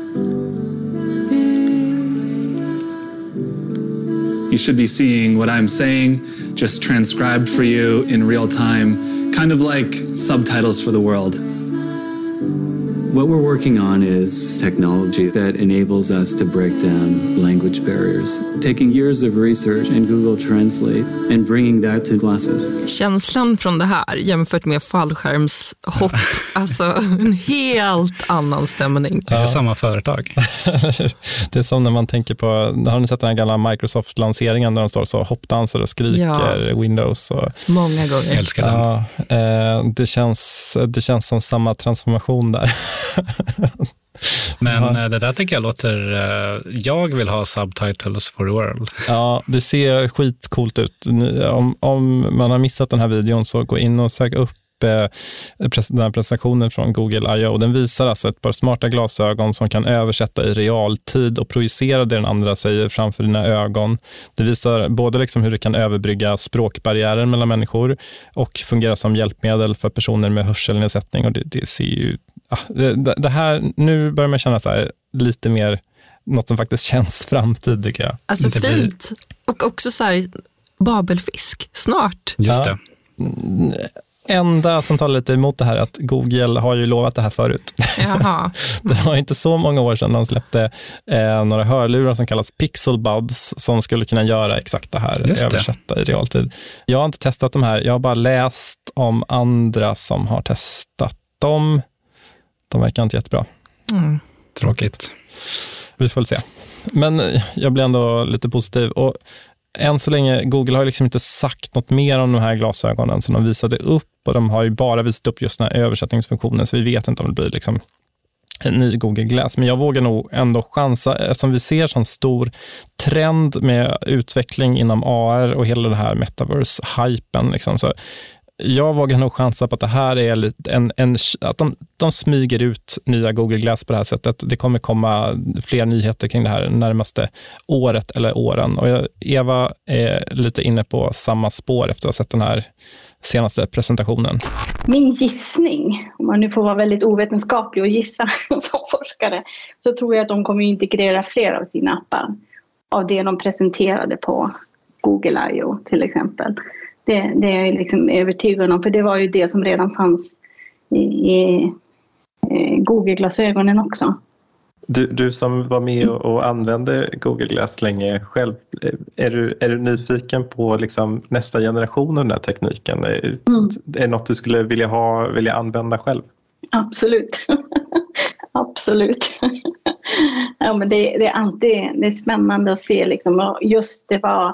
You should be seeing what I'm saying just transcribed for you in real time, kind of like subtitles for the world. What we're working on is technology that enables us to break down language barriers, taking years of research in Google Translate and bringing that to glasses. Känslan från det här jämfört med fallskärmshopp, alltså en helt annan stämning. Det är ja. samma företag. Det är som när man tänker på, har ni sett den här gamla Microsoft-lanseringen där de står så hoppdansar och skriker ja. Windows? Och, många gånger. Jag älskar den. Ja, eh, det, känns, det känns som samma transformation där. Men ja. det där tycker jag låter, jag vill ha subtitles for the world. Ja, det ser skitcoolt ut. Om, om man har missat den här videon så gå in och sök upp den här presentationen från Google I O. Den visar alltså ett par smarta glasögon som kan översätta i realtid och projicera det den andra säger framför dina ögon. Det visar både liksom hur det kan överbrygga språkbarriärer mellan människor och fungera som hjälpmedel för personer med hörselnedsättning. Och det, det ser ju... Ja, det, det här, nu börjar man känna så här lite mer något som faktiskt känns framtid, tycker jag. Alltså det fint. Blir... Och också så här babelfisk snart. Just det. Ja. Enda som talar lite emot det här är att Google har ju lovat det här förut. Jaha. Det var inte så många år sedan de släppte eh, några hörlurar som kallas Pixel Buds som skulle kunna göra exakt det här, Just det. översätta i realtid. Jag har inte testat de här, jag har bara läst om andra som har testat dem. De verkar inte jättebra. Mm. Tråkigt. Vi får se. Men jag blir ändå lite positiv. Och än så länge, Google har liksom inte sagt något mer om de här glasögonen som de visade upp. Och de har ju bara visat upp just den här översättningsfunktionen. Så vi vet inte om det blir liksom en ny Google Glass. Men jag vågar nog ändå chansa, eftersom vi ser sån stor trend med utveckling inom A R och hela det här metaverse-hypen. Liksom. Så jag vågar nog chansa på att det här är lite en, en, att de, de smyger ut nya Google Glass på det här sättet. Det kommer komma fler nyheter kring det här närmaste året eller åren. Och jag, Eva är lite inne på samma spår efter att ha sett den här senaste presentationen. Min gissning, om man nu får vara väldigt ovetenskaplig och gissa som forskare, så tror jag att de kommer integrera fler av sina appar av det de presenterade på Google I O till exempel. Det, det är jag liksom övertygad om, för det var ju det som redan fanns i, i, i Google-glasögonen också. Du, du som var med och, och använde Google Glass länge själv, är du, är du nyfiken på liksom nästa generation av den här tekniken? Är, mm. är det något du skulle vilja, ha, vilja använda själv? Absolut. Absolut. Ja, men det, det, är alltid, det är spännande att se liksom, just det var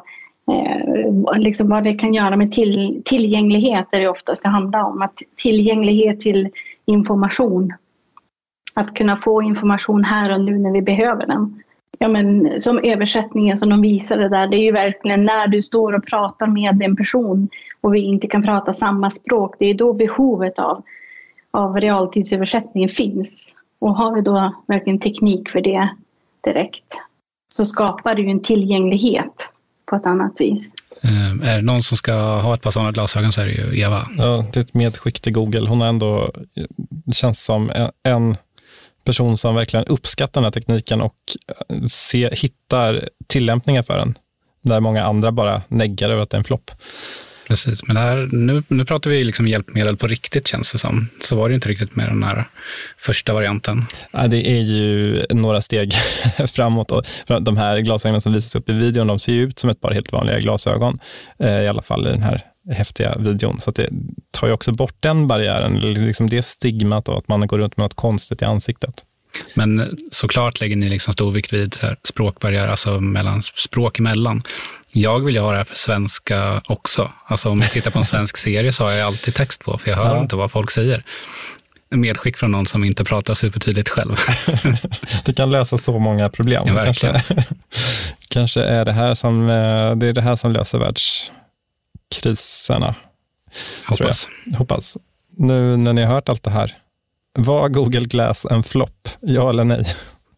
Eh, liksom vad det kan göra med till, tillgänglighet är det oftast det handlar om. Att tillgänglighet till information. Att kunna få information här och nu när vi behöver den. Ja, men, som översättningen som de visade där, det är ju verkligen när du står och pratar med en person och vi inte kan prata samma språk, det är då behovet av, av realtidsöversättningen finns. Och har vi då verkligen teknik för det direkt, så skapar det ju en tillgänglighet på ett annat vis. Eh, är det någon som ska ha ett par sådana glasögon så är det ju Eva. Ja, det är ett medskick till Google. Hon är ändå, det känns som en person som verkligen uppskattar den här tekniken och se, hittar tillämpningar för den. Där många andra bara neggar över att det är en flopp. Precis, men det här, nu, nu pratar vi liksom hjälpmedel på riktigt, känns det som. Så var det inte riktigt med den här första varianten. Ja, det är ju några steg framåt. Och de här glasögonen som visas upp i videon, de ser ju ut som ett par helt vanliga glasögon. I alla fall i den här häftiga videon. Så att det tar ju också bort den barriären, liksom det stigmat av att man går runt med något konstigt i ansiktet. Men såklart lägger ni liksom stor vikt vid här språkbarriär, alltså mellan språk emellan. Jag vill ju ha det här för svenska också. Alltså om jag tittar på en svensk serie så har jag alltid text på, för jag hör ja. inte vad folk säger. En medskick från någon som inte pratar supertydligt själv. Det kan lösa så många problem. Ja, verkligen. Kanske, kanske är det här som det är det här som löser världskriserna. Hoppas. Hoppas. Nu när ni har hört allt det här, var Google Glass en flopp? Ja eller nej?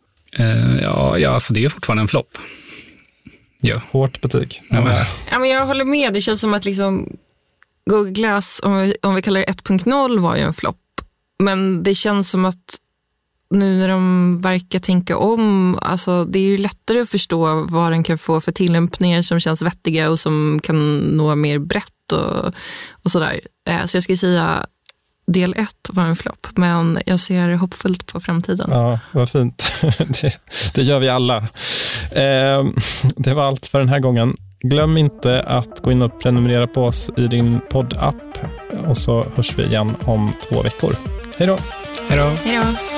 Uh, ja, ja, alltså det är ju fortfarande en flopp. Ja. Hårt betyg. Ja, men. Ja, men jag håller med. Det känns som att liksom Google Glass, om vi, om vi kallar det ett punkt noll, var ju en flopp. Men det känns som att nu när de verkar tänka om, alltså det är ju lättare att förstå vad den kan få för tillämpningar som känns vettiga och som kan nå mer brett och, och sådär. Så jag skulle säga del ett var en flopp, men jag ser hoppfullt på framtiden. Ja, vad fint. Det, det gör vi alla. Eh, det var allt för den här gången. Glöm inte att gå in och prenumerera på oss i din poddapp, och så hörs vi igen om två veckor. Hej då! Hej då! Hej då!